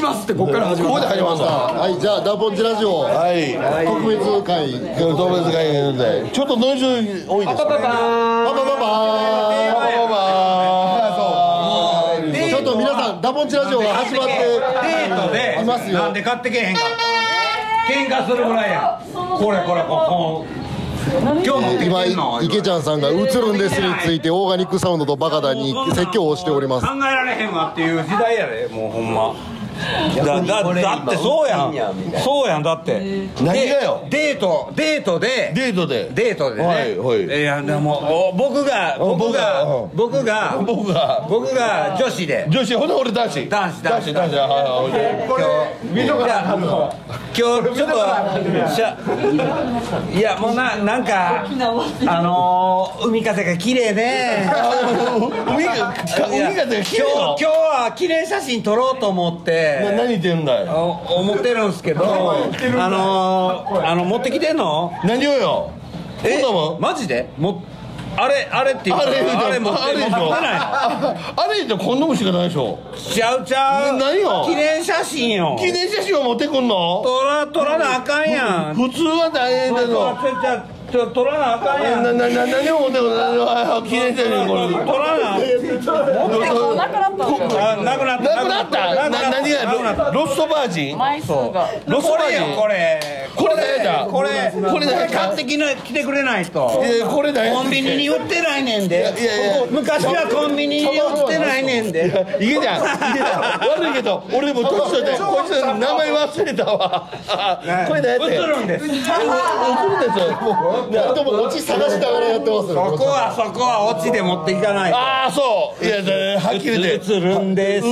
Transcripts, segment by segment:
しますってここから始まった。 ここで始まった。 はい、じゃあダポンチラジオはい特別会、 特別会なのでちょっとノイズ多いですね。 パパパーちょっと皆さんダポンチラジオが始まってデートでいますよ。 なんで買ってけへんか喧嘩するぐらいやこれ今日持ってきてんの今池ちゃんさんが「映るんです」についてオーガニックサウンドとバカダに説教をしております。 考えられへんわっていう時代やでもうほんまだってそうやんだって何がよデートでねはいはいいやでも僕が女子で女子ほんで俺男子男子これ見とか今日ちょっといやもうなんか海風が綺麗ね海風が綺麗の今日は綺麗写真撮ろうと思って何言ってんだよ思ってるんですけど持ってきてんの何をよそんなもんマジであれって言うからあれ持ってないのあれってこんなもんしかないでしょちゃう何よ記念写真よ記念写真を持ってくんの撮らなあかんやん普通は大変だぞ撮らなあかんやん何を持ってくんの記念写真これ撮らななくなった何がロストバージン枚数がロストバージンこれこれ買ってきてくれないとこれだよコンビニに売ってないねんで昔はコンビニに売ってないねんでいけちゃん悪いけど俺も年取ってこいつ名前忘れたわこれだよって映るんです映るんですでもオチ探しながらやってますよ。 そこはオチで持っていかないとああそういやはっきりで映るんです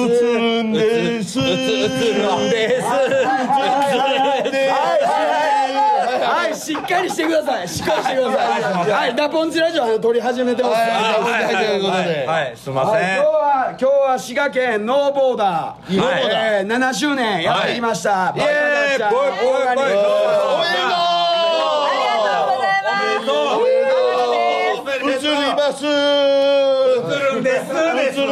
はい、しっかりしてください。はい、ダポンチラジオ撮り始めてます。 はいすいません今日は滋賀県ノーボーダー7周年やってきました。 イエーイオーガニック映ります映るんです間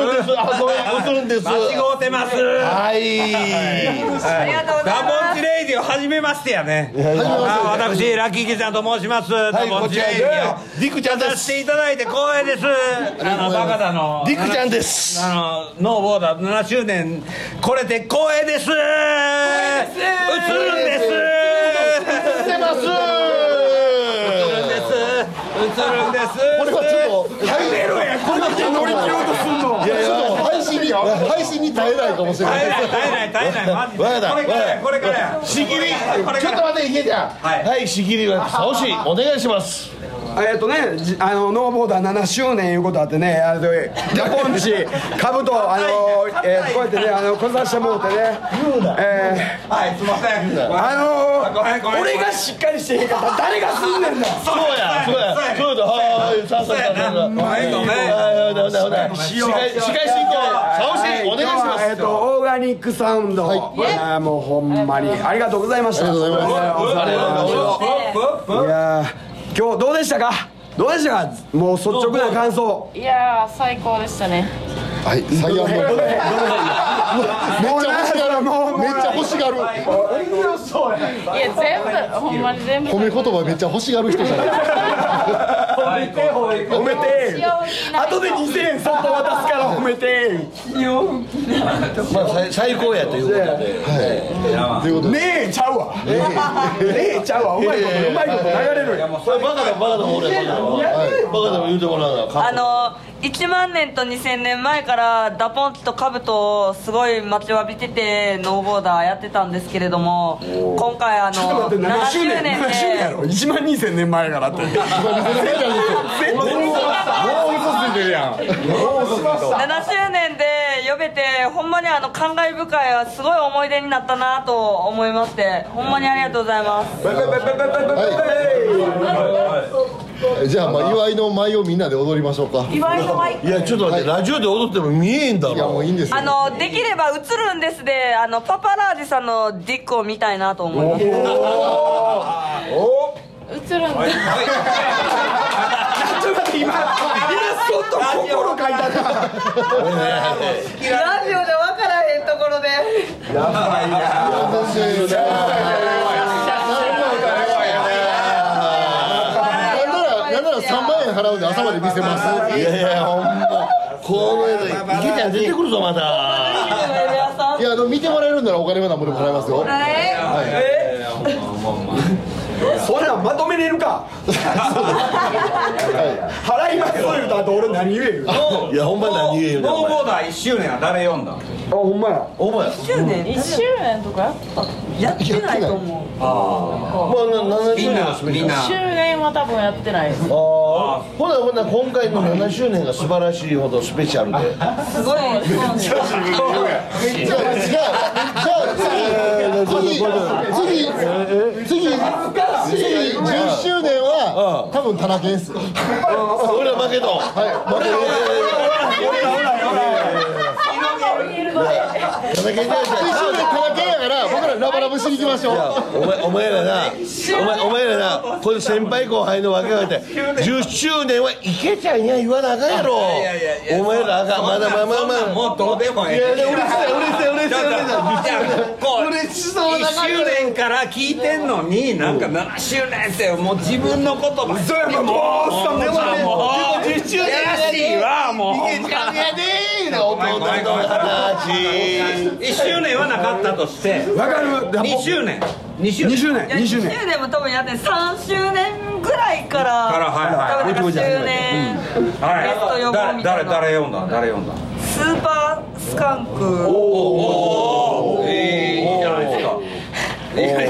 違うてますはいダボンチレイディオ始めましてやね私ラッキーキちゃんと申しますダボンチレイディオリクちゃんで出しすていただいて光栄ですバカだのリクちゃんですノーボーダー7周年これで光栄です映るんです出ます映るんですこれはちょっと入れろや、これだけ乗り切ろうとすんの。 ちょっと配信に耐えないかもしれない。 耐えないマジでこれからや仕切りちょっと待っていけちゃんはい仕切りは少しお願いしますノーボーダー7周年いうことあってね、ダポンチ、カブト、こうやってね、来させてもらってね、 はいすいません俺がしっかりしてへんかったら誰がすんねんだ。 そうやはいさあ司会進行お願いしますオーガニックサウンド、もうほんまにありがとうございました。 ありがとうございますいや今日どうでしたかもう率直な感想。 いやー最高でしたね。 はい最悪めっちゃ欲しがる。 いや全部ほんまに全部褒め言葉めっちゃ欲しがる人じゃない。 褒めて後で2000円そっと渡すから褒めてまあ最高やということでということでねえちゃうわうまいこと流れるやん。 バカでも言うてもらうな 1万年と2000年前からダポンチとカブトをすごい待ちわびててノーボーダーやってたんですけれども、今回7周年でやろ1万2000年前からって絶対もう嘘ついてるやん。 7周年で呼べてほんまに感慨深いすごい思い出になったなと思いまして、ほんまにありがとうございます。 じゃあ祝いの舞をみんなで踊りましょうか。 祝いの舞いやちょっと待ってラジオで踊っても見えんだろ。 いやもういいんですよ。 できれば映るんですでパパラージさんのディックを見たいなと思います。 映るんでちょっと待って今そっと心書いたな。 ラジオで分からへんところのでやばいな。 なんなら3万円払うんで朝まで見せます。 いやいやほんまこの池ちゃん出てくるぞまだ。 いや見てもらえるんならお金は何もでも払いますよ。 そんなんまとめれるか。払います言うた後俺何言える。 いやほんま何言えるノーボーダー1周年は誰読んだ？ あほんまや。 お前 1周年 1周年とかやってないと思う。 まあ7周年のスペシャル。 1周年は多分やってないです。 ほな今回の7周年が素晴らしいほどスペシャルで。 すごいそうなんですよ。 次10周年は多分田中です。 俺ら負けと。 田中やから僕らラブラブしに行きましょう。 お前らなこれ先輩後輩の分けがって10周年は池ちゃんや言わなあかんやろ。お前らあかんまだもうどうでもええ。 いや嬉しそうだ 1周年から聞いてんのになんか7周年ってもう自分のことばっかりもう10周年やらしいわもう池ちゃんやでーな弟の話。 1周年はなかったとしてわかる。 2周年2周年 2周年も多分やって3周年ぐらいから多分なんか周年ゲスト呼ぼうみたいな。 誰読んだスーパースカンク。 いいじゃないですか。いや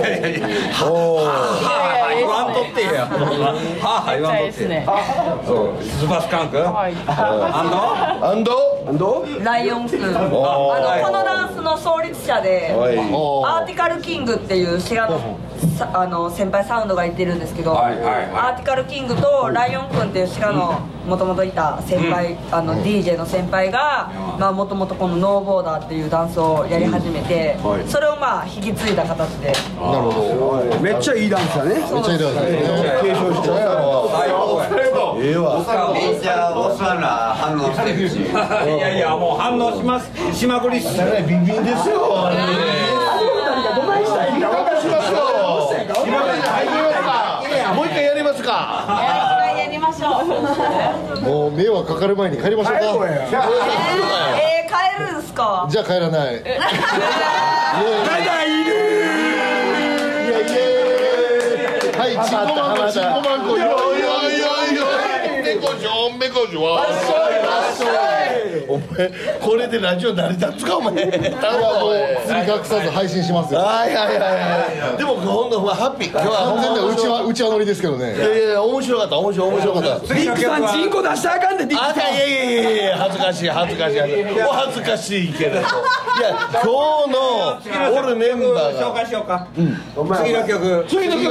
言わんとってや。言わんとって。スーパースカンク。アンドライオンくん。このダンスの創立者でアーティカルキングっていう滋賀の先輩サウンドがいてるんですけど、アーティカルキングとライオンくんっていう滋賀のもともといた先輩、DJ の先輩がもともとこのノーボーダーっていうダンスをやり始めて、それを引き継いだ形で。 なるほど。 めっちゃいいダンスだね。 めっちゃいいダンスですね。 継承して。 ええわ。 めっちゃおっさんら反応してるし。 いやもう反応しまくりっす。 ビンビンですよ。 どないしたらいいか分かりますよ。 もう一回やりますか。 やりましょう。 もう迷惑かかる前に帰りましょうか。 帰るんすか？ じゃあ帰らない。 ただいる。 はい、チンコマンコ、チンコマンコ。 めこじわ。お前これでラジオ成り立つかお前。 釣り隠さず配信しますよ。 でも今度はハッピー。今日は完全なうちはノリですけどね。 いや面白かった面白かった。 リックさんチンコ出したらあかんで。リックさん。 いや恥ずかしいお恥ずかしいけれど。いや今日のおるメンバーが紹介しようか。次の曲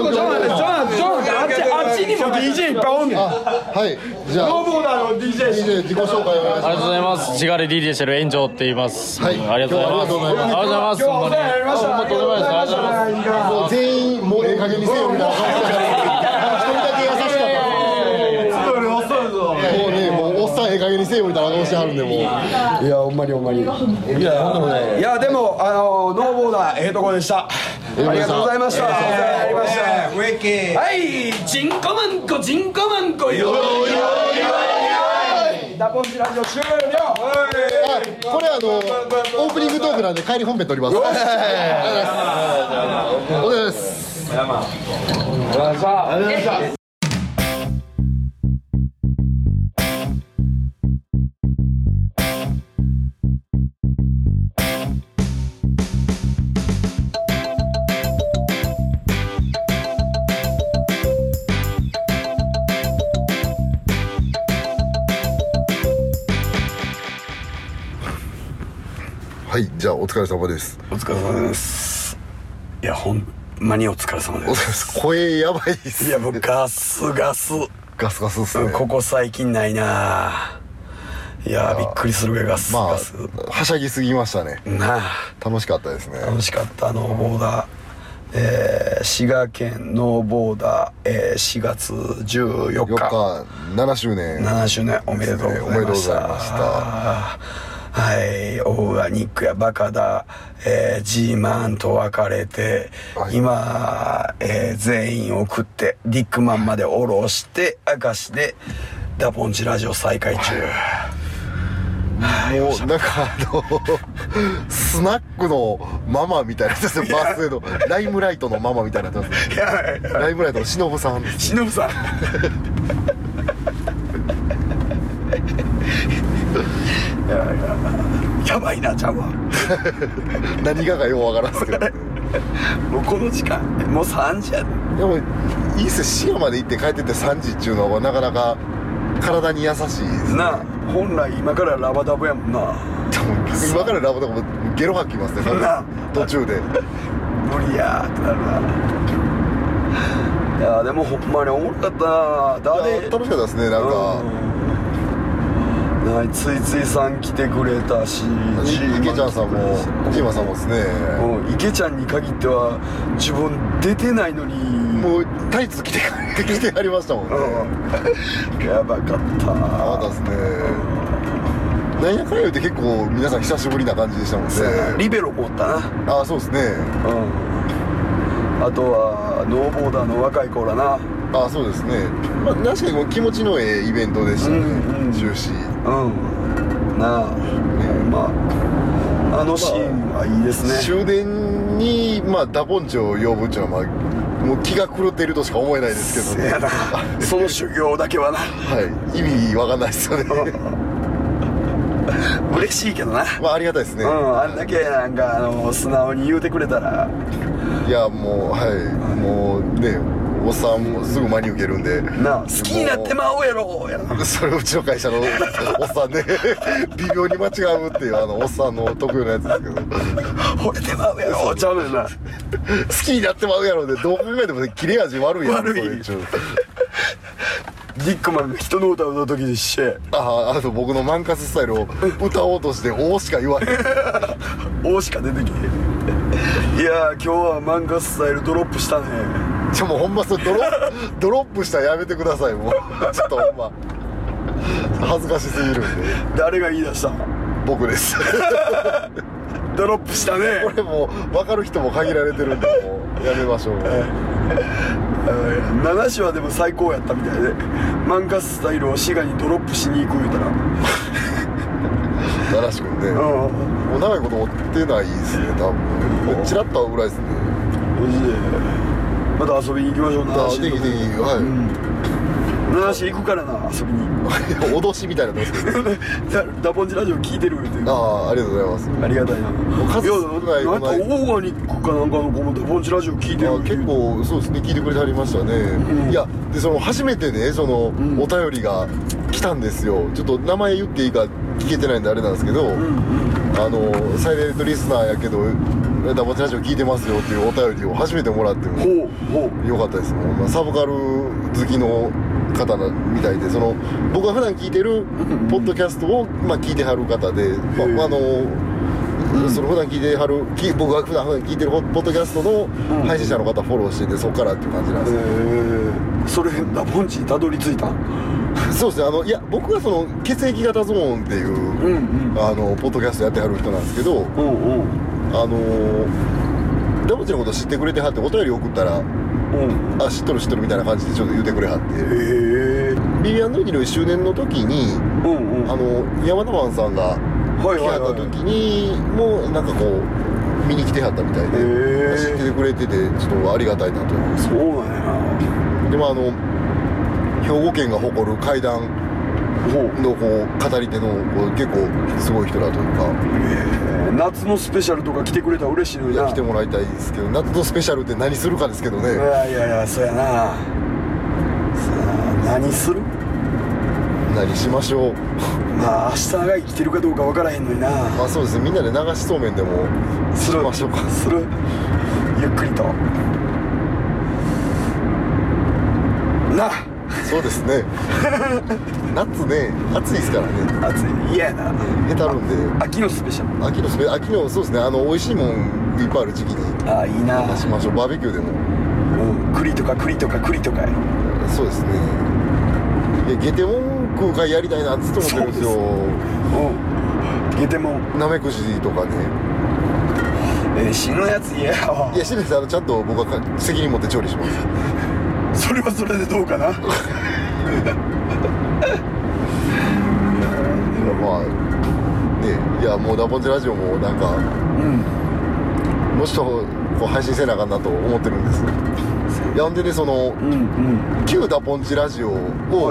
あっちにも DJ いっぱいおんねん。 はい、じゃあノーボーダーの DJ 自己紹介お願いします。 ありがとうございます。しがれ DJ してる炎上って言います。 はい、 ありがとうございます。 ありがとうございます。 ありがとうございます。 今日お世話になりました。 本当にありがとうございます。 もう全員もうええ加減にせよみたいな感じで一人だけ優しかった。もうね、もうおっさんええ加減にせよみたいな顔してはるんでもう。いやほんまに。 いやほんともない。 いやでもノーボーダーとこでした。ありがとうございました。はいチンコマンコよダポンチラジオ終了。 これオープニングトークなんで帰り本編撮ります。お願いします。 ありがとうございました。 はい、じゃあお疲れ様です。 お疲れ様です。いやほんまにお疲れ様です。 声やばいっす。 いやもうガスガスっすね。 ここ最近ないな。いやびっくりするぐらいガスガス。 はしゃぎすぎましたね。 なあ楽しかったですね。 楽しかったノーボーダー。滋賀県ノーボーダー、4月14日 7周年おめでとうございました。 はい、オーガニックやバカだ、G マンと別れて、はい、今、全員送ってディックマンまで下ろして明石でダポンチラジオ再開中。 もうなんかスナックのママみたいなですね。バースデーのライムライトのママみたいになってますね。ライムライトのしのぶさんです。 しのぶさんやばいな、ちゃうわ何がようわからんすけどもうこの時間もう3時やで。 でもいいっすよ、滋賀まで行って帰ってて3時っていうのはなかなか体に優しいですね。 なあ、本来今からラバダブやもんな。 でも今からラバダブゲロ吐きますね途中で無理やーってなるな。いやでもほんまにおもろかったな。 楽しかったですね。なんかついついさん来てくれたし、 池ちゃんさんもジーマさんもですね。 池ちゃんに限っては自分出てないのにもうタイツ着てはりましたもんねやばかった。 やばかったですね。なんやかんや言うて結構皆さん久しぶりな感じでしたもんね。 リベロもおったな。 ああ、そうですね。 あとはノーボーダーの若い子らな。 ああ、そうですね。まあ確かに気持ちのええイベントでしたね。終始なあ、まああのシーンはいいですね。 終電にダポンチを呼ぶっていうのはもう気が狂っているとしか思えないですけどねその修行だけはなはい、意味わかんないですよね嬉しいけどな。 ありがたいですね。 あんだけなんか素直に言うてくれたら。 いやもうはい、もうね、おっさんもすぐ真に受けるんでなあ、好きになってまおうやろやな。 それうちの会社のおっさんで微妙に間違うっていうおっさんの得意なやつですけど惚れてまうやろちゃうねんな。好きになってまうやろでどう考えても切れ味悪いやん。 悪い。ディックマンが人の歌を歌う時にしてあと僕のマンカススタイルを歌おうとして「お」しか言わへん 「お」しか出てけへん。いや今日はマンカススタイルドロップしたね。 もうほんまそれドロップしたらやめてください。もうちょっとほんま恥ずかしすぎるんで。 誰が言い出したん？ 僕ですドロップしたね。 これもう分かる人も限られてるんでもうやめましょう 7市はでも最高やったみたいで、マンカススタイルを滋賀にドロップしに行く言うたら奈良市君ね、もう長いこと追ってないですね。多分チラッと会うぐらいですね。 マジでまた遊びに行きましょう。 奈良市ではい、 奈良市行くからな、遊びに脅しみたいなのですけどダポンチラジオ聞いてるって。 ありがとうございます。 ありがたいな。 数少ないなんかオーガニックかなんかの子もダポンチラジオ聞いてる。 結構そうですね、聞いてくれてはりましたね。いやで初めてねお便りが来たんですよ。ちょっと名前言っていいか聞けてないんであれなんですけど、サイレントリスナーやけどダポンチラジオ聞いてますよっていうお便りを初めてもらってもよかったです。もうサブカル好きの方みたいで、僕が普段聞いてるポッドキャストを聞いてはる方で、普段聞いてはる僕が普段聞いてるポッドキャストの配信者の方フォローしてて、そこからっていう感じなんです。 それダポンチにたどり着いた？ そうですね。いや僕が血液型ゾーンっていうポッドキャストやってはる人なんですけど、ダポンチのこと知ってくれてはってお便り送ったら、知っとるみたいな感じでちょっと言うてくれはって、ビビアンド・エディの1周年の時に、山田マンさんが来はった時にもうなんか見に来てはったみたいで、知っててくれててちょっとありがたいなと思います。 そうなんや。 でも兵庫県が誇る怪談の語り手の結構すごい人だというか、 夏のスペシャルとか来てくれたら嬉しいのにな。 来てもらいたいですけど、夏のスペシャルって何するかですけどね。 いやそうやな。さあ何する？ 何しましょう。 明日が生きてるかどうか分からへんのにな。 そうですね、みんなで流しそうめんでもしましょうか。 するゆっくりとな。 そうですね夏ね、暑いですからね。 暑い、嫌やな。 へたるんで。 秋のスペシャル。秋のそうですね、美味しいもんいっぱいある時期にいいな。 しましょう。バーベキューでも栗とかそうですね。ゲテモン空会やりたいなって思ってるんですよ。 ゲテモンなめくじとかね。 死ぬやつ嫌やわ。 いや、しないです。ちゃんと僕は責任持って調理します。 それはそれでどうかな。 まあね、いやもうダポンチラジオもなんか、もうちょっとこう配信せなあかんなと思ってるんです。いやほんでね、その、旧ダポンチラジオを、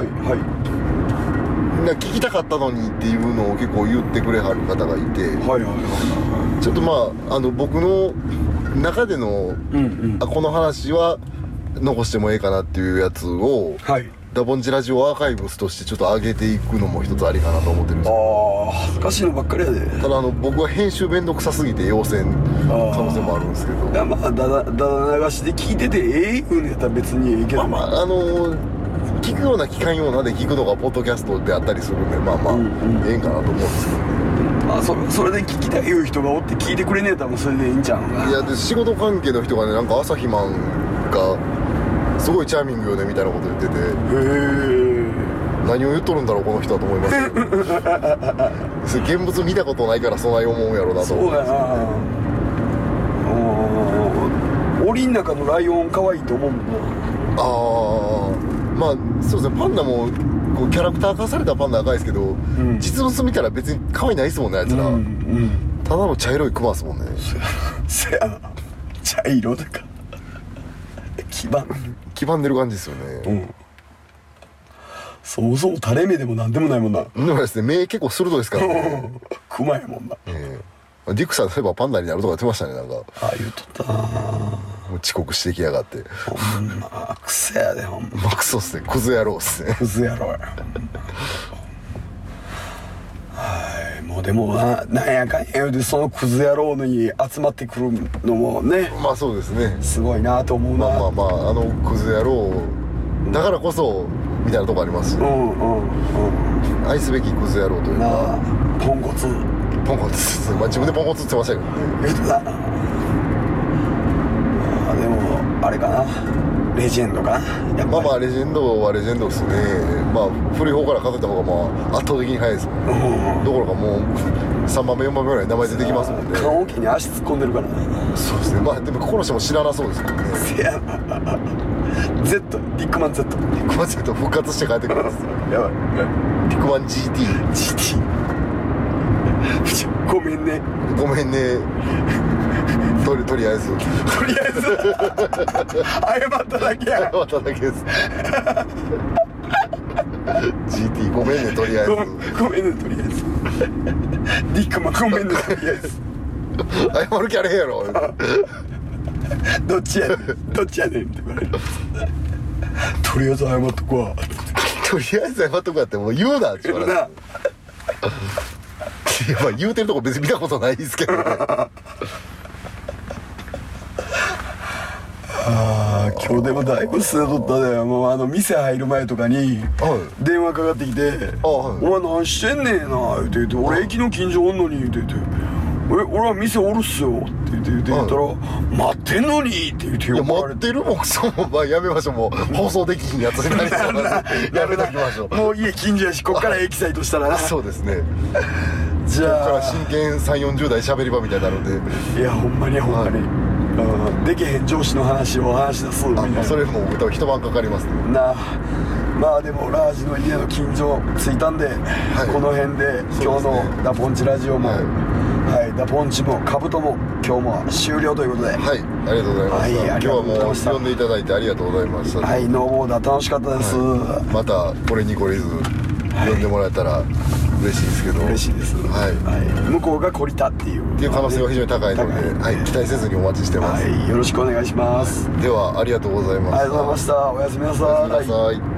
聞きたかったのにっていうのを結構言ってくれはる方がいて、ちょっとまあ僕の中での、この話は残してもええかなっていうやつを、ダポンチラジオアーカイブスとしてちょっと上げていくのも一つありかなと思ってるんですけど、 恥ずかしいのばっかりやで。 ただ僕は編集めんどくさすぎて要せん可能性もあるんですけど、 いやまあだだ流しで聞いてていうのやったら別にいいけど、 聞くような聞かんようなで聞くのがポッドキャストであったりするんで、ええんかなと思うんですけどね。 それで聞きたいいう人がおって聞いてくれねえたらもうそれでいいんちゃうのかな。 いやで仕事関係の人がね、なんか朝日マンがすごいチャーミングよねみたいなこと言ってて、何を言っとるんだろうこの人はと思いますけどそれ現物見たことないからそない思うんやろうなと思うんですよね。 檻の中のライオン可愛いと思うもんな。 まあそうですね、パンダもこうキャラクター化されたパンダ赤いですけど、実物見たら別に可愛いないですもんね、あいつら。ただの茶色いクマですもんね。 せやな、茶色だか黄ばんでる感じですよね。 そもそも垂れ目でもなんでもないもんな。 でもですね、目結構鋭いですからね。 クマやもんな。 ディックさん、そういえばパンダになるとか言ってましたね、なんか。 言うとったな。 もう遅刻してきやがって。 ほんまクソやで、ほんま。 クソっすね、クズ野郎っすね。 クズ野郎や。もうでもなんやかんや言うてそのクズ野郎に集まってくるのもね、 まあそうですね、 すごいなと思うな。 クズ野郎だからこそみたいなとこありますし、愛すべきクズ野郎というか、 ポンコツ、 自分でポンコツって言ってましたけどね。 言うてたな。でもあれかな、レジェンドかな。 レジェンドはレジェンドですね。古い方から数えた方が圧倒的に早いですもんね。どころかもう3番目4番目ぐらいに名前出てきますもんね。 棺桶に足突っ込んでるからね。 そうですね。でもこの人も知らなそうですもんね。 せやな。Z、ディックマン Z、 ディックマン Z 復活して帰ってくるんです。 やばい。 ディックマン GT。 ごめんね。 とりあえず謝っただけや。 謝っただけです。GT ごめんね、とりあえず。 ごめんね、とりあえず。ディックマンごめんね、とりあえず。 謝る気あれへんやろ。 どっちやねんって言われる。とりあえず謝っとくわ。 とりあえず謝っとくわってもう言うなって言われる。言うてるとこ別に見たことないですけどね。 今日でもだいぶ捨てとったで、もう店入る前とかに電話かかってきて「お前何してんねんな」って言って「俺駅の近所おんのに」って言って「俺は店おるっすよ」って言ったら「待ってんのに」って言って待ってるもん、そうやめましょう、もう放送できひんやつになりそうなんでやめときましょう。 もう家近所やし、こっからエキサイトしたらな。 そうですね。 じゃあここから真剣3、40代喋り場みたいになるんで。 いやほんまにでけへん上司の話を話し出すみたいな。 それも多分一晩かかりますね。 でもラージの家の近所着いたんで、この辺で今日のダポンチラジオも、ダポンチもカブトも今日も終了ということで、 ありがとうございました。今日はもう呼んでいただいてありがとうございました。 ノーボーダー楽しかったです。 またこれにこれず呼んでもらえたら嬉しいですけど。 嬉しいです。向こうが懲りたっていう可能性は非常に高いので、期待せずにお待ちしてます。 よろしくお願いします。 ではありがとうございました。 ありがとうございました。おやすみなさい。